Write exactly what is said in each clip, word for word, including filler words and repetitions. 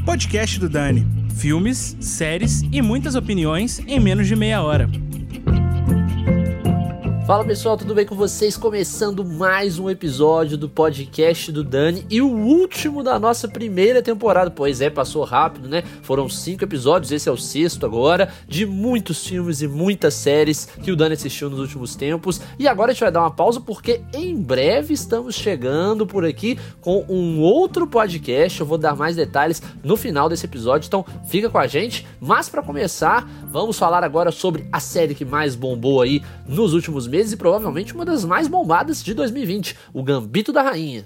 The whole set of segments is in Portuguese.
Podcast do Dani. Filmes, séries e muitas opiniões em menos de meia hora. Fala pessoal, tudo bem com vocês? Começando mais um episódio do podcast do Dani e o último da nossa primeira temporada. Pois é, passou rápido, né? Foram cinco episódios, esse é o sexto agora, de muitos filmes e muitas séries que o Dani assistiu nos últimos tempos. E agora a gente vai dar uma pausa porque em breve estamos chegando por aqui com um outro podcast. Eu vou dar mais detalhes no final desse episódio, então fica com a gente. Mas para começar, vamos falar agora sobre a série que mais bombou aí nos últimos meses e provavelmente uma das mais bombadas de dois mil e vinte, O Gambito da Rainha.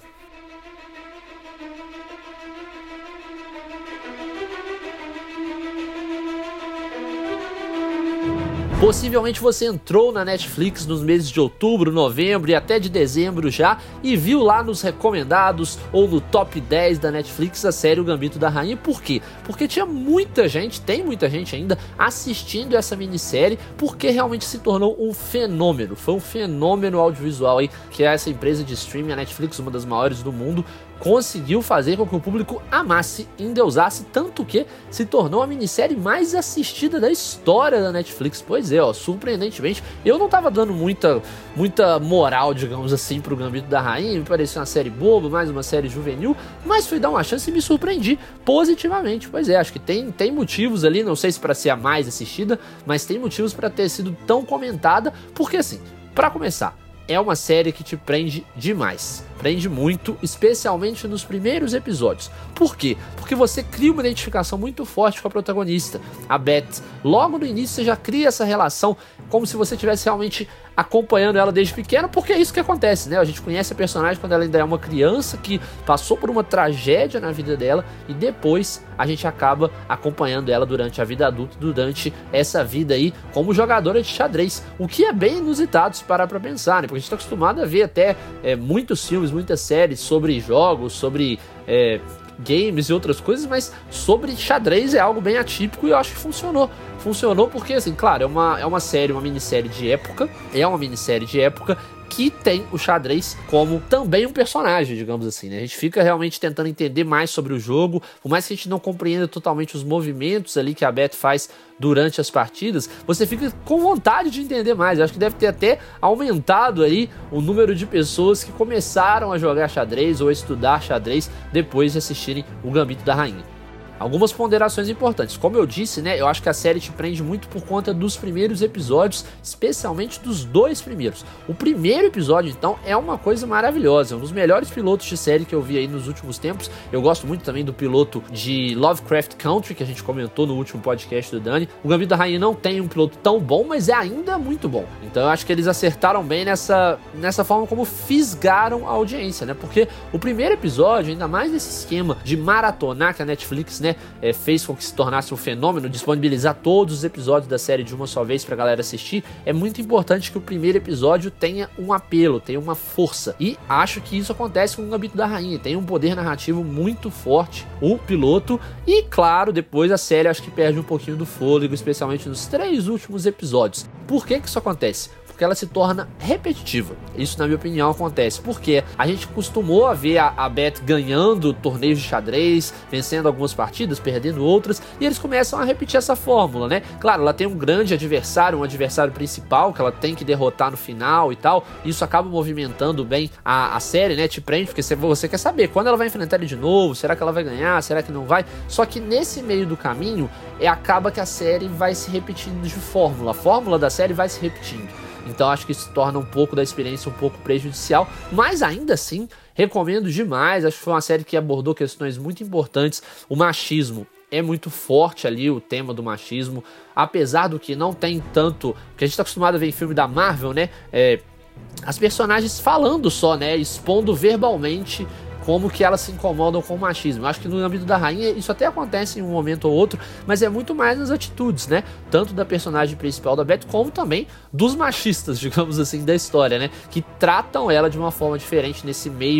Possivelmente você entrou na Netflix nos meses de outubro, novembro e até de dezembro já e viu lá nos recomendados ou no top dez da Netflix a série O Gambito da Rainha. Por quê? Porque tinha muita gente, tem muita gente ainda assistindo essa minissérie porque realmente se tornou um fenômeno. Foi um fenômeno audiovisual aí que essa empresa de streaming, a Netflix, uma das maiores do mundo, conseguiu fazer com que o público amasse, endeusasse, tanto que se tornou a minissérie mais assistida da história da Netflix. Pois é, ó, surpreendentemente, eu não tava dando muita, muita moral, digamos assim, pro Gambito da Rainha, me parecia uma série boba, mais uma série juvenil, mas fui dar uma chance e me surpreendi positivamente. Pois é, acho que tem, tem motivos ali, não sei se para ser a mais assistida, mas tem motivos para ter sido tão comentada, porque assim, para começar, é uma série que te prende demais, prende muito, especialmente nos primeiros episódios. Por quê? Porque você cria uma identificação muito forte com a protagonista, a Beth. Logo no início você já cria essa relação como se você estivesse realmente acompanhando ela desde pequena, porque é isso que acontece, né? A gente conhece a personagem quando ela ainda é uma criança que passou por uma tragédia na vida dela e depois a gente acaba acompanhando ela durante a vida adulta, durante essa vida aí como jogadora de xadrez, o que é bem inusitado se parar pra pensar, né? Porque a gente tá acostumado a ver até é, muitos filmes, muitas séries sobre jogos, sobre é, games e outras coisas, mas sobre xadrez é algo bem atípico e eu acho que funcionou. Funcionou porque, assim, claro, é uma, é uma série, uma minissérie de época, é uma minissérie de época que tem o xadrez como também um personagem, digamos assim, né? A gente fica realmente tentando entender mais sobre o jogo, por mais que a gente não compreenda totalmente os movimentos ali que a Beth faz durante as partidas, você fica com vontade de entender mais. Eu acho que deve ter até aumentado aí o número de pessoas que começaram a jogar xadrez ou a estudar xadrez depois de assistirem O Gambito da Rainha. Algumas ponderações importantes. Como eu disse, né, eu acho que a série te prende muito por conta dos primeiros episódios, especialmente dos dois primeiros. O primeiro episódio, então, é uma coisa maravilhosa, é um dos melhores pilotos de série que eu vi aí nos últimos tempos. Eu gosto muito também do piloto de Lovecraft Country, que a gente comentou no último podcast do Dani. O Gambito da Rainha não tem um piloto tão bom, mas é ainda muito bom. Então eu acho que eles acertaram bem nessa, nessa forma como fisgaram a audiência, né? Porque o primeiro episódio, ainda mais nesse esquema de maratonar que a Netflix, né, É, fez com que se tornasse um fenômeno, disponibilizar todos os episódios da série de uma só vez pra galera assistir, é muito importante que o primeiro episódio tenha um apelo, tenha uma força, e acho que isso acontece com o Gambito da Rainha, tem um poder narrativo muito forte, o piloto, e claro, depois a série acho que perde um pouquinho do fôlego, especialmente nos três últimos episódios. Por que que isso acontece? Porque ela se torna repetitiva. Isso, na minha opinião, acontece porque a gente costumou a ver a, a Beth ganhando torneios de xadrez, vencendo algumas partidas, perdendo outras, e eles começam a repetir essa fórmula, né? Claro, ela tem um grande adversário, um adversário principal que ela tem que derrotar no final e tal, e isso acaba movimentando bem a, a série, né? Te prende, porque você, você quer saber quando ela vai enfrentar ele de novo, será que ela vai ganhar, será que não vai? Só que nesse meio do caminho, é, acaba que a série vai se repetindo de fórmula, a fórmula da série vai se repetindo. Então acho que isso torna um pouco da experiência um pouco prejudicial, mas ainda assim recomendo demais. Acho que foi uma série que abordou questões muito importantes. O machismo é muito forte ali, o tema do machismo, apesar do que não tem tanto, porque a gente está acostumado a ver em filme da Marvel, né, é, as personagens falando só, né, expondo verbalmente como que elas se incomodam com o machismo. Eu acho que no âmbito da Rainha isso até acontece em um momento ou outro, mas é muito mais nas atitudes, né? Tanto da personagem principal da Beth, como também dos machistas, digamos assim, da história, né? Que tratam ela de uma forma diferente nesse meio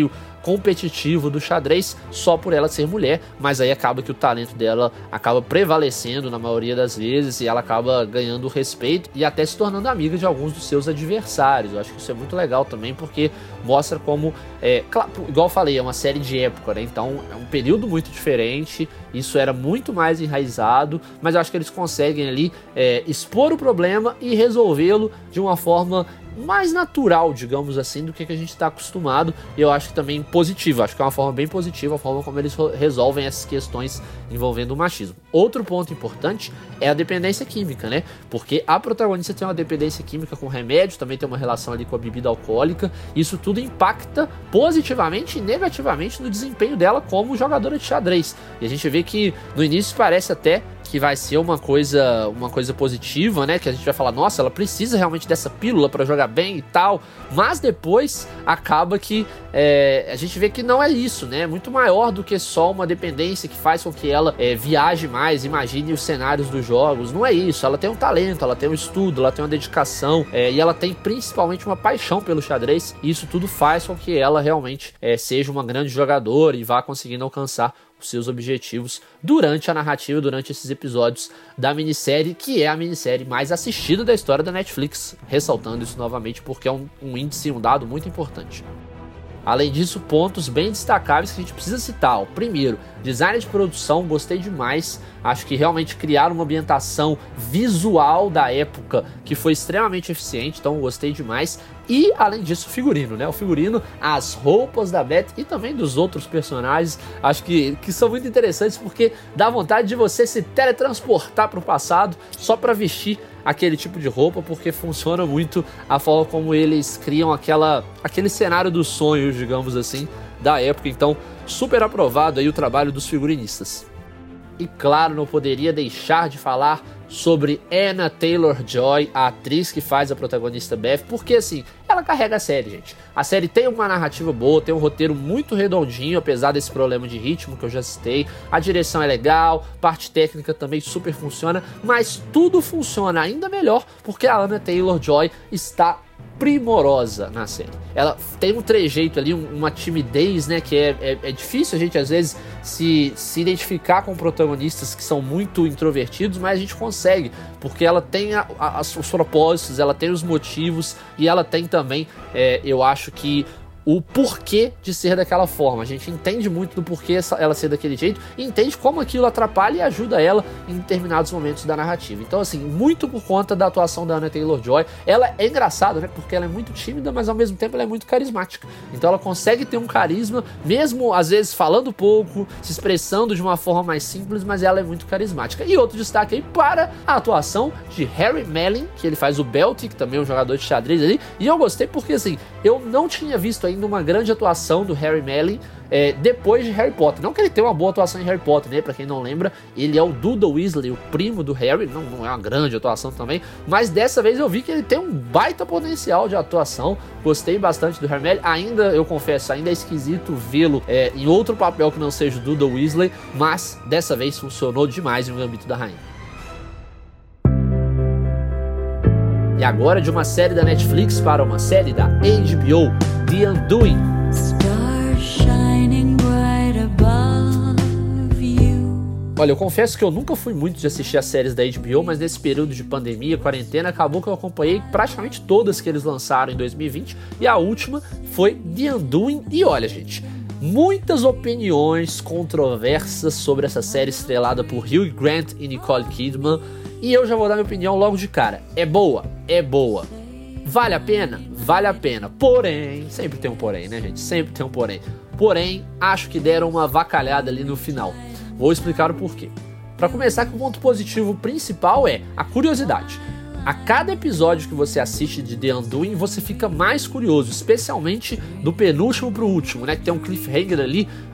competitivo do xadrez só por ela ser mulher, mas aí acaba que o talento dela acaba prevalecendo na maioria das vezes e ela acaba ganhando respeito e até se tornando amiga de alguns dos seus adversários. Eu acho que isso é muito legal também, porque mostra como, é, claro, igual eu falei, é uma série de época, né? Então é um período muito diferente, isso era muito mais enraizado, mas eu acho que eles conseguem ali é, expor o problema e resolvê-lo de uma forma mais natural, digamos assim, do que a gente está acostumado, e eu acho que também positivo, acho que é uma forma bem positiva a forma como eles resolvem essas questões envolvendo o machismo. Outro ponto importante é a dependência química, né? Porque a protagonista tem uma dependência química com remédio, também tem uma relação ali com a bebida alcoólica, isso tudo impacta positivamente e negativamente no desempenho dela como jogadora de xadrez, e a gente vê que no início parece até que vai ser uma coisa, uma coisa positiva, né? Que a gente vai falar, nossa, ela precisa realmente dessa pílula para jogar bem e tal. Mas depois acaba que é, a gente vê que não é isso, né? É muito maior do que só uma dependência que faz com que ela é, viaje mais, imagine os cenários dos jogos. Não é isso. Ela tem um talento, ela tem um estudo, ela tem uma dedicação é, e ela tem principalmente uma paixão pelo xadrez. E isso tudo faz com que ela realmente é, seja uma grande jogadora e vá conseguindo alcançar os seus objetivos durante a narrativa, durante esses episódios da minissérie, que é a minissérie mais assistida da história da Netflix, ressaltando isso novamente porque é um, um índice, um dado muito importante. Além disso, pontos bem destacáveis que a gente precisa citar. O primeiro, design de produção, gostei demais. Acho que realmente criaram uma ambientação visual da época que foi extremamente eficiente, então gostei demais. E, além disso, o figurino, né? O figurino, as roupas da Beth e também dos outros personagens, acho que, que são muito interessantes porque dá vontade de você se teletransportar para o passado só para vestir aquele tipo de roupa, porque funciona muito a forma como eles criam aquela, aquele cenário dos sonhos, digamos assim, da época. Então, super aprovado aí o trabalho dos figurinistas. E claro, não poderia deixar de falar sobre Anya Taylor-Joy, a atriz que faz a protagonista Beth, porque assim, ela carrega a série, gente. A série tem uma narrativa boa, tem um roteiro muito redondinho, apesar desse problema de ritmo que eu já citei. A direção é legal, parte técnica também super funciona, mas tudo funciona ainda melhor porque a Anya Taylor-Joy está primorosa na série. Ela tem um trejeito ali, uma timidez, né, que é, é, é difícil a gente às vezes se, se identificar com protagonistas que são muito introvertidos, mas a gente consegue, porque ela tem a, a, os propósitos, ela tem os motivos e ela tem também, é, eu acho que o porquê de ser daquela forma. A gente entende muito do porquê ela ser daquele jeito e entende como aquilo atrapalha e ajuda ela em determinados momentos da narrativa. Então, assim, muito por conta da atuação da Anya Taylor-Joy. Ela é engraçada, né? Porque ela é muito tímida, mas ao mesmo tempo ela é muito carismática. Então ela consegue ter um carisma, mesmo às vezes falando pouco, se expressando de uma forma mais simples, mas ela é muito carismática. E outro destaque aí para a atuação de Harry Melling, que ele faz o Belty, que também é um jogador de xadrez ali. E eu gostei porque, assim, eu não tinha visto ainda uma grande atuação do Harry Melling é, depois de Harry Potter. Não que ele tenha uma boa atuação em Harry Potter, né? Pra quem não lembra, ele é o Duda Weasley, o primo do Harry. Não, não é uma grande atuação também, mas dessa vez eu vi que ele tem um baita potencial de atuação. Gostei bastante do Harry Melling. Ainda, eu confesso, ainda é esquisito vê-lo é, em outro papel que não seja o Duda Weasley, mas dessa vez funcionou demais em O Gambito da Rainha. E agora de uma série da Netflix para uma série da H B O, The Undoing. Olha, eu confesso que eu nunca fui muito de assistir as séries da H B O, mas nesse período de pandemia, quarentena, acabou que eu acompanhei praticamente todas que eles lançaram em dois mil e vinte, e a última foi The Undoing. E olha, gente, muitas opiniões controversas sobre essa série estrelada por Hugh Grant e Nicole Kidman. E eu já vou dar minha opinião logo de cara. É boa? É boa. Vale a pena? Vale a pena. Porém, sempre tem um porém, né, gente? Sempre tem um porém. Porém, acho que deram uma avacalhada ali no final. Vou explicar o porquê. Para começar, que o ponto positivo principal é a curiosidade. A cada episódio que você assiste de The Undoing, você fica mais curioso, especialmente do penúltimo pro último, né? Que tem um cliffhanger ali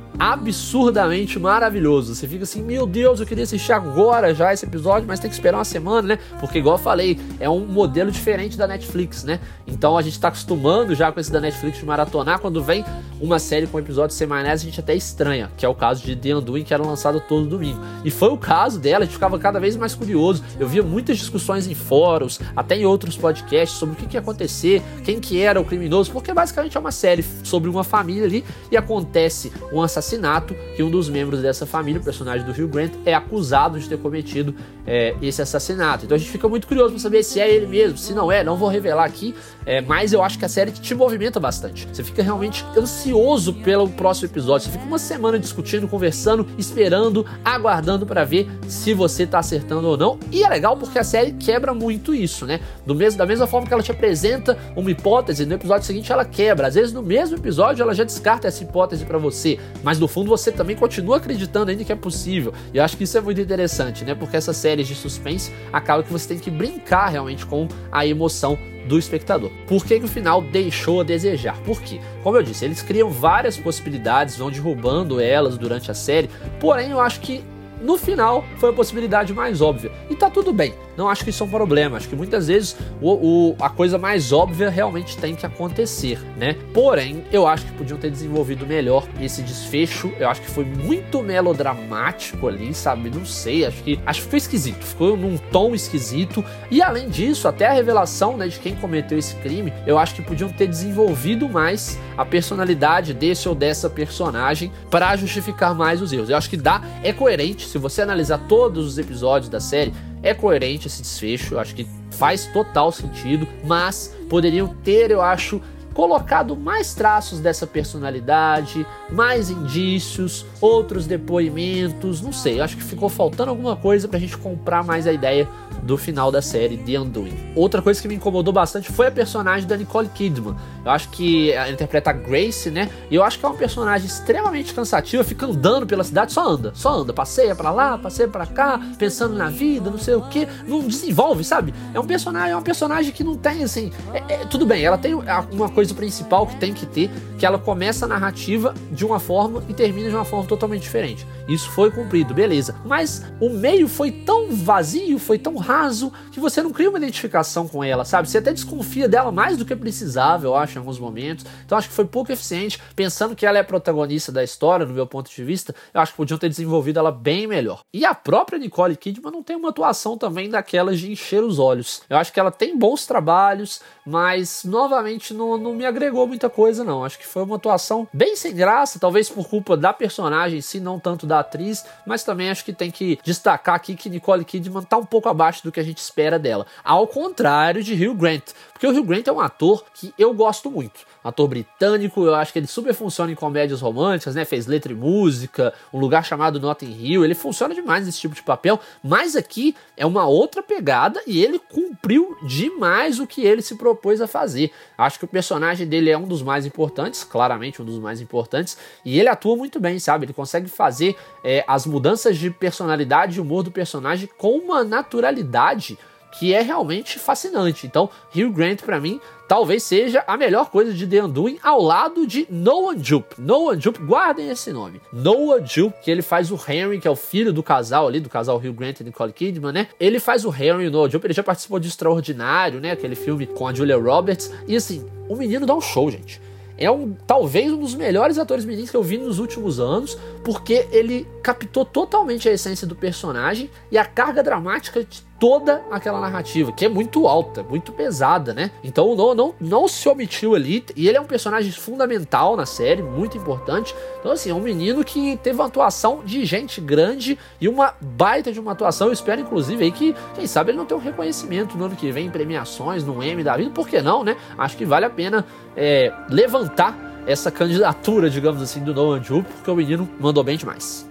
absurdamente maravilhoso. Você fica assim, meu Deus, eu queria assistir agora já esse episódio, mas tem que esperar uma semana, né? Porque igual eu falei, é um modelo diferente da Netflix, né? Então a gente tá acostumando já com esse da Netflix de maratonar. Quando vem uma série com episódios semanais, a gente até estranha, que é o caso de The Undoing, que era lançado todo domingo. E foi o caso dela, a gente ficava cada vez mais curioso. Eu via muitas discussões em fóruns, até em outros podcasts, sobre o que, que ia acontecer, quem que era o criminoso, porque basicamente é uma série sobre uma família ali, e acontece um assassinato, que um dos membros dessa família, o personagem do Hugh Grant, é acusado de ter cometido é, esse assassinato. Então a gente fica muito curioso pra saber se é ele mesmo, se não é, não vou revelar aqui, é, mas eu acho que a série te movimenta bastante. Você fica realmente ansioso pelo próximo episódio, você fica uma semana discutindo, conversando, esperando, aguardando pra ver se você tá acertando ou não. E é legal porque a série quebra muito isso, né? Do mesmo, da mesma forma que ela te apresenta uma hipótese, no episódio seguinte ela quebra. Às vezes no mesmo episódio ela já descarta essa hipótese pra você, mas no fundo você também continua acreditando ainda que é possível. E eu acho que isso é muito interessante, né? Porque essas séries de suspense acaba que você tem que brincar realmente com a emoção do espectador. Por que que o final deixou a desejar? Por quê? Como eu disse, eles criam várias possibilidades, vão derrubando elas durante a série, porém eu acho que no final foi a possibilidade mais óbvia. E tá tudo bem, não acho que isso é um problema. Acho que muitas vezes o, o, a coisa mais óbvia realmente tem que acontecer, né? Porém, eu acho que podiam ter desenvolvido melhor esse desfecho. Eu acho que foi muito melodramático ali, sabe? Não sei, acho que, acho que ficou esquisito. Ficou num tom esquisito. E além disso, até a revelação, né, de quem cometeu esse crime, eu acho que podiam ter desenvolvido mais a personalidade desse ou dessa personagem para justificar mais os erros. Eu acho que dá, é coerente. Se você analisar todos os episódios da série, é coerente esse desfecho, eu acho que faz total sentido, mas poderiam ter, eu acho, colocado mais traços dessa personalidade, mais indícios, outros depoimentos, não sei, eu acho que ficou faltando alguma coisa pra gente comprar mais a ideia do final da série The Undoing. Outra coisa que me incomodou bastante foi a personagem da Nicole Kidman. Eu acho que ela interpreta a Grace, né? E eu acho que é uma personagem extremamente cansativa, fica andando pela cidade, só anda, só anda, passeia pra lá, passeia pra cá, pensando na vida, não sei o que, não desenvolve, sabe? É um personagem, é uma personagem que não tem, assim, é, é, tudo bem, ela tem uma coisa principal que tem que ter, que ela começa a narrativa de uma forma e termina de uma forma totalmente diferente. Isso foi cumprido, beleza. Mas o meio foi tão vazio, foi tão raso, que você não cria uma identificação com ela, sabe? Você até desconfia dela mais do que precisava, eu acho, em alguns momentos. Então acho que foi pouco eficiente. Pensando que ela é a protagonista da história, no meu ponto de vista, eu acho que podiam ter desenvolvido ela bem melhor. E a própria Nicole Kidman não tem uma atuação também daquelas de encher os olhos. Eu acho que ela tem bons trabalhos, mas novamente não, não me agregou muita coisa, não. Acho que foi uma atuação bem sem graça, talvez por culpa da personagem em si, não tanto da atriz, mas também acho que tem que destacar aqui que Nicole Kidman tá um pouco abaixo do que a gente espera dela. Ao contrário de Hugh Grant, porque o Hugh Grant é um ator que eu gosto muito. Um ator britânico, eu acho que ele super funciona em comédias românticas, né? Fez Letra e Música, Um Lugar Chamado Notting Hill, ele funciona demais nesse tipo de papel, mas aqui é uma outra pegada e ele cumpriu demais o que ele se propôs a fazer. Acho que o personagem dele é um dos mais importantes, claramente um dos mais importantes, e ele atua muito bem, sabe? Ele consegue fazer é, as mudanças de personalidade e humor do personagem com uma naturalidade que é realmente fascinante. Então, Hugh Grant, pra mim, talvez seja a melhor coisa de The Undoing, ao lado de Noah Jupe. Noah Jupe, guardem esse nome. Noah Jupe, que ele faz o Henry, que é o filho do casal ali, do casal Hugh Grant e Nicole Kidman, né? Ele faz o Henry, o Noah Jupe, ele já participou de Extraordinário, né? Aquele filme com a Julia Roberts. E assim, o menino dá um show, gente. É um, talvez um dos melhores atores meninos que eu vi nos últimos anos, porque ele captou totalmente a essência do personagem e a carga dramática de toda aquela narrativa, que é muito alta, muito pesada, né? Então não, não, não se omitiu ali, e ele é um personagem fundamental na série, muito importante. Então assim, é um menino que teve uma atuação de gente grande e uma baita de uma atuação. Eu espero inclusive aí que, quem sabe, ele não tenha um reconhecimento no ano que vem em premiações, no Emmy da vida, por que não, né? Acho que vale a pena é, levantar essa candidatura, digamos assim, do Noah Jupe, porque o menino mandou bem demais.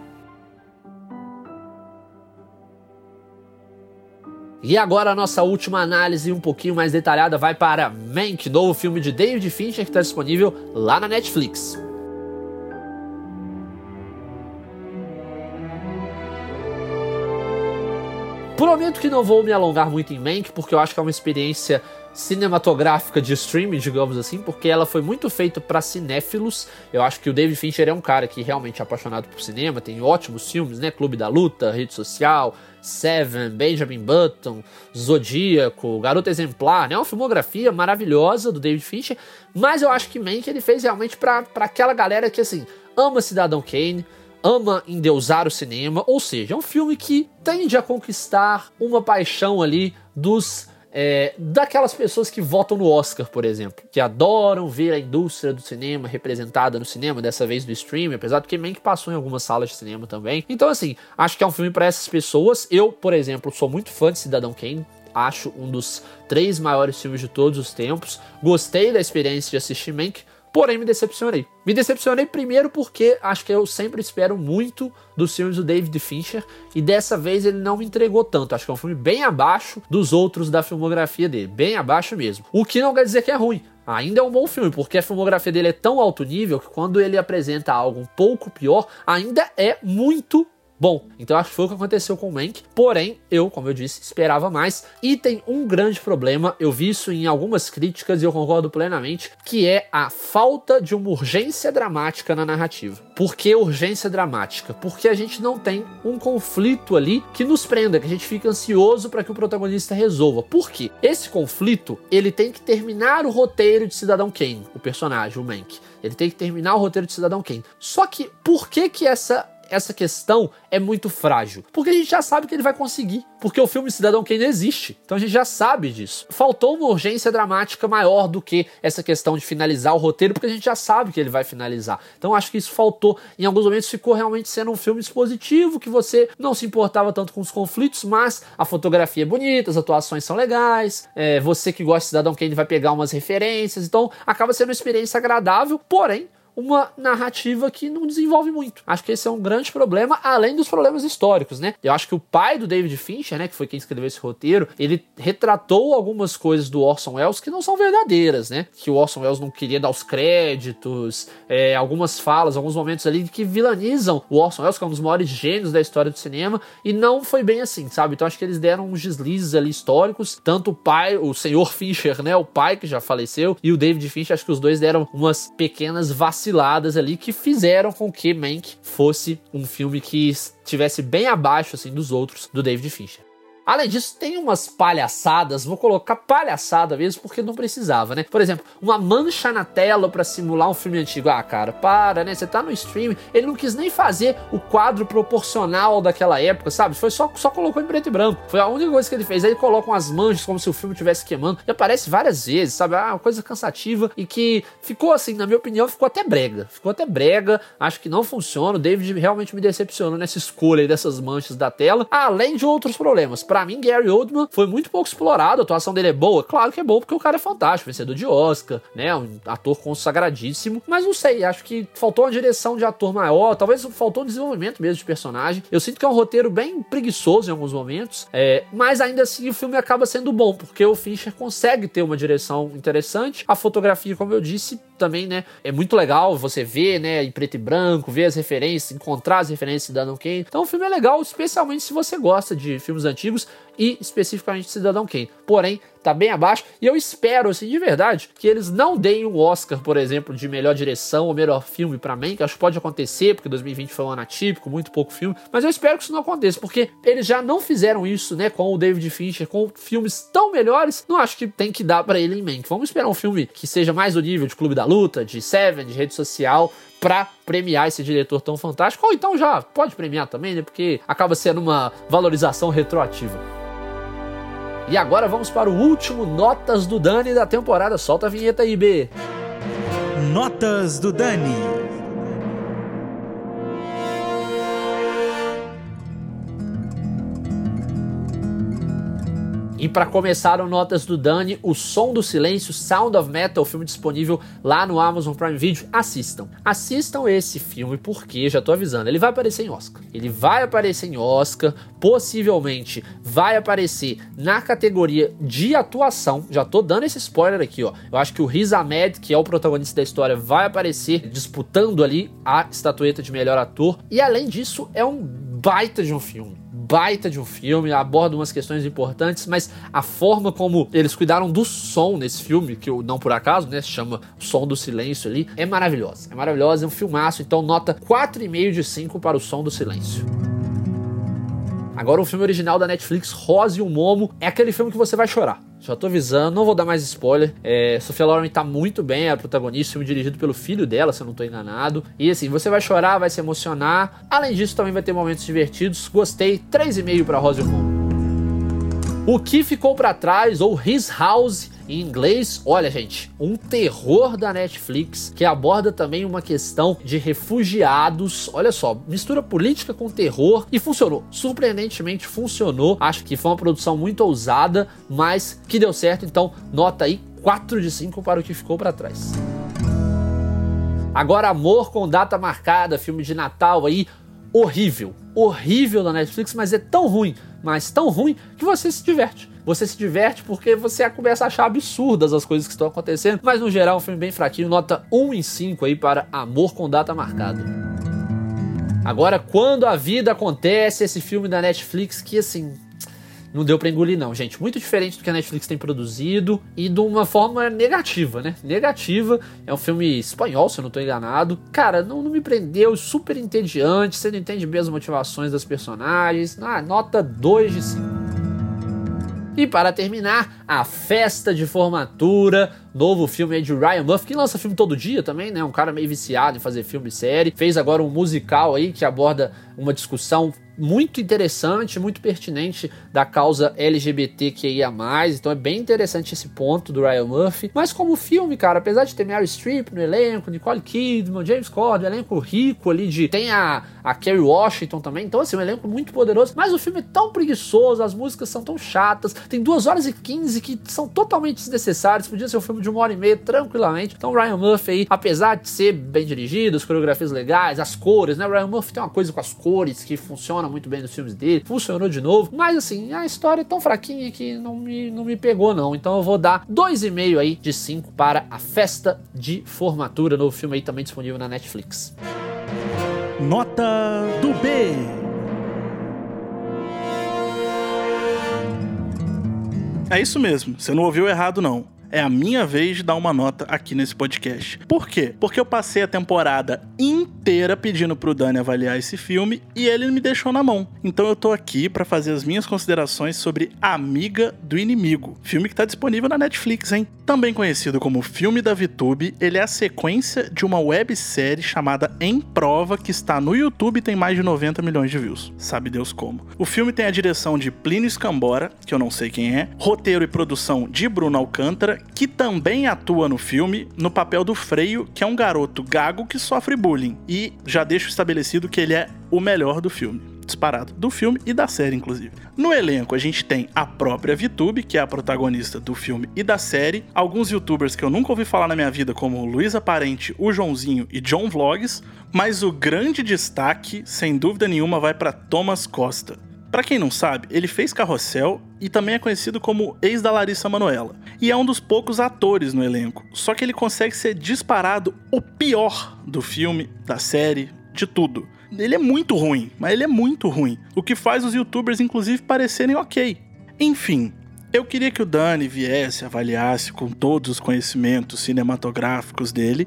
E agora a nossa última análise um pouquinho mais detalhada vai para Mank, novo filme de David Fincher que está disponível lá na Netflix. Prometo que não vou me alongar muito em Mank, porque eu acho que é uma experiência cinematográfica de streaming, digamos assim, porque ela foi muito feita para cinéfilos. Eu acho que o David Fincher é um cara que realmente é apaixonado por cinema, tem ótimos filmes, né? Clube da Luta, Rede Social, Seven, Benjamin Button, Zodíaco, Garota Exemplar, né? Uma filmografia maravilhosa do David Fincher, mas eu acho que Mank ele fez realmente para aquela galera que, assim, ama Cidadão Kane, ama endeusar o cinema, ou seja, é um filme que tende a conquistar uma paixão ali dos... É, daquelas pessoas que votam no Oscar, por exemplo, que adoram ver a indústria do cinema representada no cinema, dessa vez do streaming, apesar do que Mank passou em algumas salas de cinema também. Então, assim, acho que é um filme para essas pessoas. Eu, por exemplo, sou muito fã de Cidadão Kane, acho um dos três maiores filmes de todos os tempos, gostei da experiência de assistir Mank, porém me decepcionei. Me decepcionei primeiro porque acho que eu sempre espero muito dos filmes do David Fincher e dessa vez ele não me entregou tanto. Acho que é um filme bem abaixo dos outros da filmografia dele, bem abaixo mesmo. O que não quer dizer que é ruim. Ainda é um bom filme, porque a filmografia dele é tão alto nível que quando ele apresenta algo um pouco pior, ainda é muito bom. Então acho que foi o que aconteceu com o Mank, porém, eu, como eu disse, esperava mais. E tem um grande problema, eu vi isso em algumas críticas e eu concordo plenamente, que é a falta de uma urgência dramática na narrativa. Por que urgência dramática? Porque a gente não tem um conflito ali que nos prenda, que a gente fica ansioso para que o protagonista resolva. Por quê? Esse conflito, ele tem que terminar o roteiro de Cidadão Kane, o personagem, o Mank. Ele tem que terminar o roteiro de Cidadão Kane. Só que, por que que essa... essa questão é muito frágil? Porque a gente já sabe que ele vai conseguir, porque o filme Cidadão Kane existe, então a gente já sabe disso. Faltou uma urgência dramática maior do que essa questão de finalizar o roteiro, porque a gente já sabe que ele vai finalizar. Então acho que isso faltou. Em alguns momentos ficou realmente sendo um filme expositivo, que você não se importava tanto com os conflitos, mas a fotografia é bonita, as atuações são legais, é, você que gosta de Cidadão Kane vai pegar umas referências, então acaba sendo uma experiência agradável, porém uma narrativa que não desenvolve muito. Acho que esse é um grande problema, além dos problemas históricos, né? Eu acho que o pai do David Fincher, né, que foi quem escreveu esse roteiro, ele retratou algumas coisas do Orson Welles que não são verdadeiras, né? Que o Orson Welles não queria dar os créditos, é, algumas falas, alguns momentos ali que vilanizam o Orson Welles, que é um dos maiores gênios da história do cinema, e não foi bem assim, sabe? Então acho que eles deram uns deslizes ali históricos, tanto o pai, o senhor Fincher, né, o pai que já faleceu, e o David Fincher, acho que os dois deram umas pequenas vaciladas ali que fizeram com que Mank fosse um filme que estivesse bem abaixo assim dos outros do David Fincher. Além disso, tem umas palhaçadas, vou colocar palhaçada mesmo, porque não precisava, né? Por exemplo, uma mancha na tela pra simular um filme antigo. Ah, cara, para, né? Você tá no streaming, ele não quis nem fazer o quadro proporcional daquela época, sabe? Foi só, só colocou em preto e branco. Foi a única coisa que ele fez. Aí ele coloca umas manchas como se o filme estivesse queimando. E aparece várias vezes, sabe? Ah, uma coisa cansativa e que ficou assim, na minha opinião, ficou até brega. Ficou até brega, acho que não funciona. O David realmente me decepcionou nessa escolha aí dessas manchas da tela, além de outros problemas. Pra Pra mim, Gary Oldman foi muito pouco explorado, a atuação dele é boa, claro que é boa porque o cara é fantástico, vencedor de Oscar, né, um ator consagradíssimo, mas não sei, acho que faltou uma direção de ator maior, talvez faltou um desenvolvimento mesmo de personagem. Eu sinto que é um roteiro bem preguiçoso em alguns momentos, é, mas ainda assim o filme acaba sendo bom, porque o Fincher consegue ter uma direção interessante, a fotografia, como eu disse, também, né, é muito legal você ver, né, em preto e branco, ver as referências, encontrar as referências de Cidadão Kane, então o filme é legal, especialmente se você gosta de filmes antigos, e especificamente Cidadão Kane. Porém, tá bem abaixo, e eu espero, assim, de verdade, que eles não deem um Oscar, por exemplo, de melhor direção ou melhor filme pra Mank, que acho que pode acontecer, porque dois mil e vinte foi um ano atípico, muito pouco filme, mas eu espero que isso não aconteça, porque eles já não fizeram isso, né, com o David Fincher, com filmes tão melhores, não acho que tem que dar pra ele em Mank. Vamos esperar um filme que seja mais do nível de Clube da Luta, de Seven, de Rede Social, pra premiar esse diretor tão fantástico, ou então já pode premiar também, né, porque acaba sendo uma valorização retroativa. E agora vamos para o último Notas do Dani da temporada. Solta a vinheta aí, B. Notas do Dani. E para começar o Notas do Dani, O Som do Silêncio, Sound of Metal, filme disponível lá no Amazon Prime Video. Assistam. Assistam esse filme porque, já tô avisando, ele vai aparecer em Oscar. Ele vai aparecer em Oscar, possivelmente vai aparecer na categoria de atuação. Já tô dando esse spoiler aqui, ó. Eu acho que o Riz Ahmed, que é o protagonista da história, vai aparecer disputando ali a estatueta de melhor ator. E além disso, é um baita de um filme. baita de um filme, aborda umas questões importantes, mas a forma como eles cuidaram do som nesse filme, que não por acaso, né, se chama O Som do Silêncio ali, é maravilhosa. É maravilhosa, é um filmaço, então nota quatro vírgula cinco de cinco para O Som do Silêncio. Agora o filme original da Netflix, Rosa e o Momo, é aquele filme que você vai chorar. Já tô avisando, não vou dar mais spoiler. É, Sophia Loren tá muito bem, é a protagonista, filme dirigido pelo filho dela, se eu não tô enganado. E assim, você vai chorar, vai se emocionar. Além disso, também vai ter momentos divertidos. Gostei, três vírgula cinco para Rosa e o Momo. O que ficou pra trás, ou His House em inglês, olha gente, um terror da Netflix que aborda também uma questão de refugiados. Olha só, mistura política com terror e funcionou, surpreendentemente funcionou. Acho que foi uma produção muito ousada, mas que deu certo, então nota aí quatro de cinco para O que ficou pra trás. Agora Amor com Data Marcada, filme de Natal aí, horrível, horrível da Netflix, mas é tão ruim, mas tão ruim que você se diverte. Você se diverte porque você começa a achar absurdas as coisas que estão acontecendo, mas no geral é um filme bem fraquinho, nota um em cinco aí para Amor com Data Marcada. Agora, Quando a Vida Acontece, esse filme da Netflix que assim, não deu pra engolir não, gente. Muito diferente do que a Netflix tem produzido e de uma forma negativa, né? Negativa. É um filme espanhol, se eu não tô enganado. Cara, não, não me prendeu, super entediante, você não entende bem as motivações das personagens. Ah, nota dois de cinco. E para terminar, A Festa de Formatura, novo filme aí de Ryan Murphy, que lança filme todo dia também, né? Um cara meio viciado em fazer filme e série. Fez agora um musical aí que aborda uma discussão muito interessante, muito pertinente da causa L G B T Q I A mais, então é bem interessante esse ponto do Ryan Murphy. Mas como filme, cara, apesar de ter Meryl Streep no elenco, Nicole Kidman, James Corden, elenco rico ali de... Tem a, a Kerry Washington também, então assim, um elenco muito poderoso, mas o filme é tão preguiçoso, as músicas são tão chatas, tem duas horas e quinze que são totalmente desnecessárias, podia ser um filme de uma hora e meia tranquilamente. Então o Ryan Murphy aí, apesar de ser bem dirigido, as coreografias legais, as cores, né, o Ryan Murphy tem uma coisa com as cores que funciona muito bem nos filmes dele, funcionou de novo, mas assim, a história é tão fraquinha que não me, não me pegou não, então eu vou dar dois vírgula cinco aí de cinco para A Festa de Formatura, novo filme aí também disponível na Netflix. Nota do B. É isso mesmo, você não ouviu errado não. É a minha vez de dar uma nota aqui nesse podcast. Por quê? Porque eu passei a temporada inteira pedindo pro Dani avaliar esse filme e ele me deixou na mão. Então eu tô aqui pra fazer as minhas considerações sobre Amiga do Inimigo, filme que tá disponível na Netflix, hein? Também conhecido como Filme da VTube, ele é a sequência de uma websérie chamada Em Prova, que está no YouTube e tem mais de noventa milhões de views. Sabe Deus como. O filme tem a direção de Plínio Scambora, que eu não sei quem é, roteiro e produção de Bruno Alcântara, que também atua no filme no papel do Freio, que é um garoto gago que sofre bullying. E já deixo estabelecido que ele é o melhor do filme. Disparado. Do filme e da série, inclusive. No elenco, a gente tem a própria VTube, que é a protagonista do filme e da série. Alguns youtubers que eu nunca ouvi falar na minha vida, como Luísa Parente, o Joãozinho e John Vlogs. Mas o grande destaque, sem dúvida nenhuma, vai para Thomas Costa. Pra quem não sabe, ele fez Carrossel e também é conhecido como ex da Larissa Manoela. E é um dos poucos atores no elenco, só que ele consegue ser disparado o pior do filme, da série, de tudo. Ele é muito ruim, mas ele é muito ruim, o que faz os youtubers inclusive parecerem ok. Enfim, eu queria que o Dani viesse, avaliasse com todos os conhecimentos cinematográficos dele,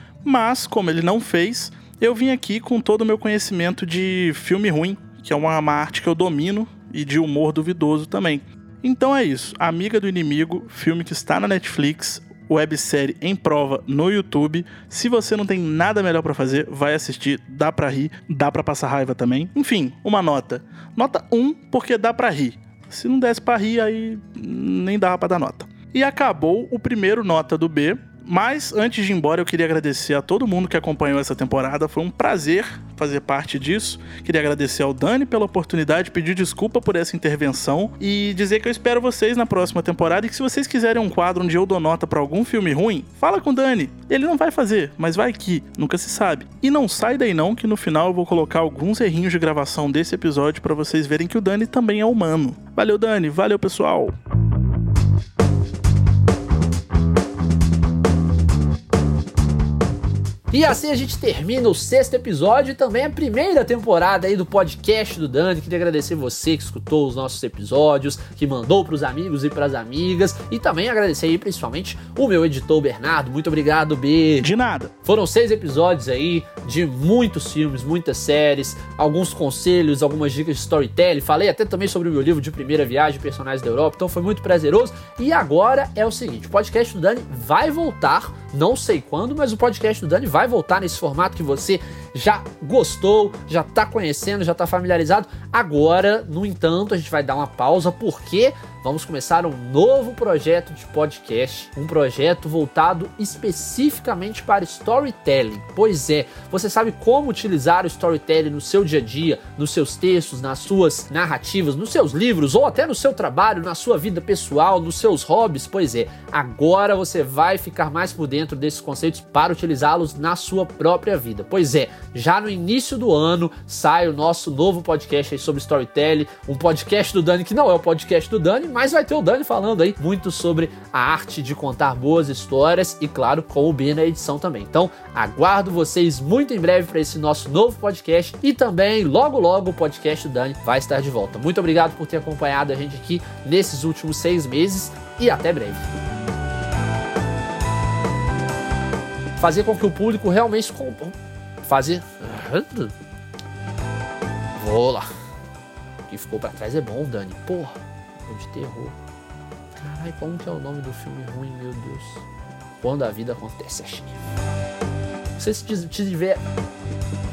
mas como ele não fez, eu vim aqui com todo o meu conhecimento de filme ruim, que é uma, uma arte que eu domino, e de humor duvidoso também. Então é isso, Amiga do Inimigo, filme que está na Netflix, websérie Em Prova no YouTube. Se você não tem nada melhor pra fazer, vai assistir, dá pra rir, dá pra passar raiva também. Enfim, uma nota. Nota um, porque dá pra rir. Se não desse pra rir, aí nem dava pra dar nota. E acabou o primeiro nota do B. Mas antes de ir embora, eu queria agradecer a todo mundo que acompanhou essa temporada. Foi um prazer fazer parte disso. Queria agradecer ao Dani pela oportunidade, pedir desculpa por essa intervenção e dizer que eu espero vocês na próxima temporada e que se vocês quiserem um quadro onde eu dou nota pra algum filme ruim, fala com o Dani. Ele não vai fazer, mas vai que, nunca se sabe. E não sai daí não, que no final eu vou colocar alguns errinhos de gravação desse episódio pra vocês verem que o Dani também é humano. Valeu, Dani. Valeu, pessoal. E assim a gente termina o sexto episódio e também a primeira temporada aí do podcast do Dani. Queria agradecer você que escutou os nossos episódios, que mandou pros amigos e pras amigas, e também agradecer aí principalmente o meu editor Bernardo. Muito obrigado, B. De nada. Foram seis episódios aí de muitos filmes, muitas séries, alguns conselhos, algumas dicas de storytelling. Falei até também sobre o meu livro de primeira viagem, Personagens da Europa, então foi muito prazeroso. E agora é o seguinte, o podcast do Dani vai voltar, não sei quando, mas o podcast do Dani vai voltar nesse formato que você já gostou, já tá conhecendo, já tá familiarizado. Agora, no entanto, a gente vai dar uma pausa porque vamos começar um novo projeto de podcast, um projeto voltado especificamente para storytelling. Pois é, você sabe como utilizar o storytelling no seu dia a dia, nos seus textos, nas suas narrativas, nos seus livros ou até no seu trabalho, na sua vida pessoal, nos seus hobbies? Pois é, agora você vai ficar mais por dentro desses conceitos para utilizá-los na sua própria vida. Pois é, já no início do ano sai o nosso novo podcast aí sobre storytelling, um podcast do Dani que não é o podcast do Dani, mas vai ter o Dani falando aí muito sobre a arte de contar boas histórias e, claro, com o B na edição também. Então, aguardo vocês muito em breve para esse nosso novo podcast e também, logo logo, o podcast do Dani vai estar de volta. Muito obrigado por ter acompanhado a gente aqui nesses últimos seis meses e até breve. Fazer com que o público realmente... Fazer... Vou lá. O que ficou pra trás é bom, Dani. Porra, de terror. Caralho, como que é o nome do filme ruim, meu Deus? Quando a vida acontece, é cheio. Se você tiver...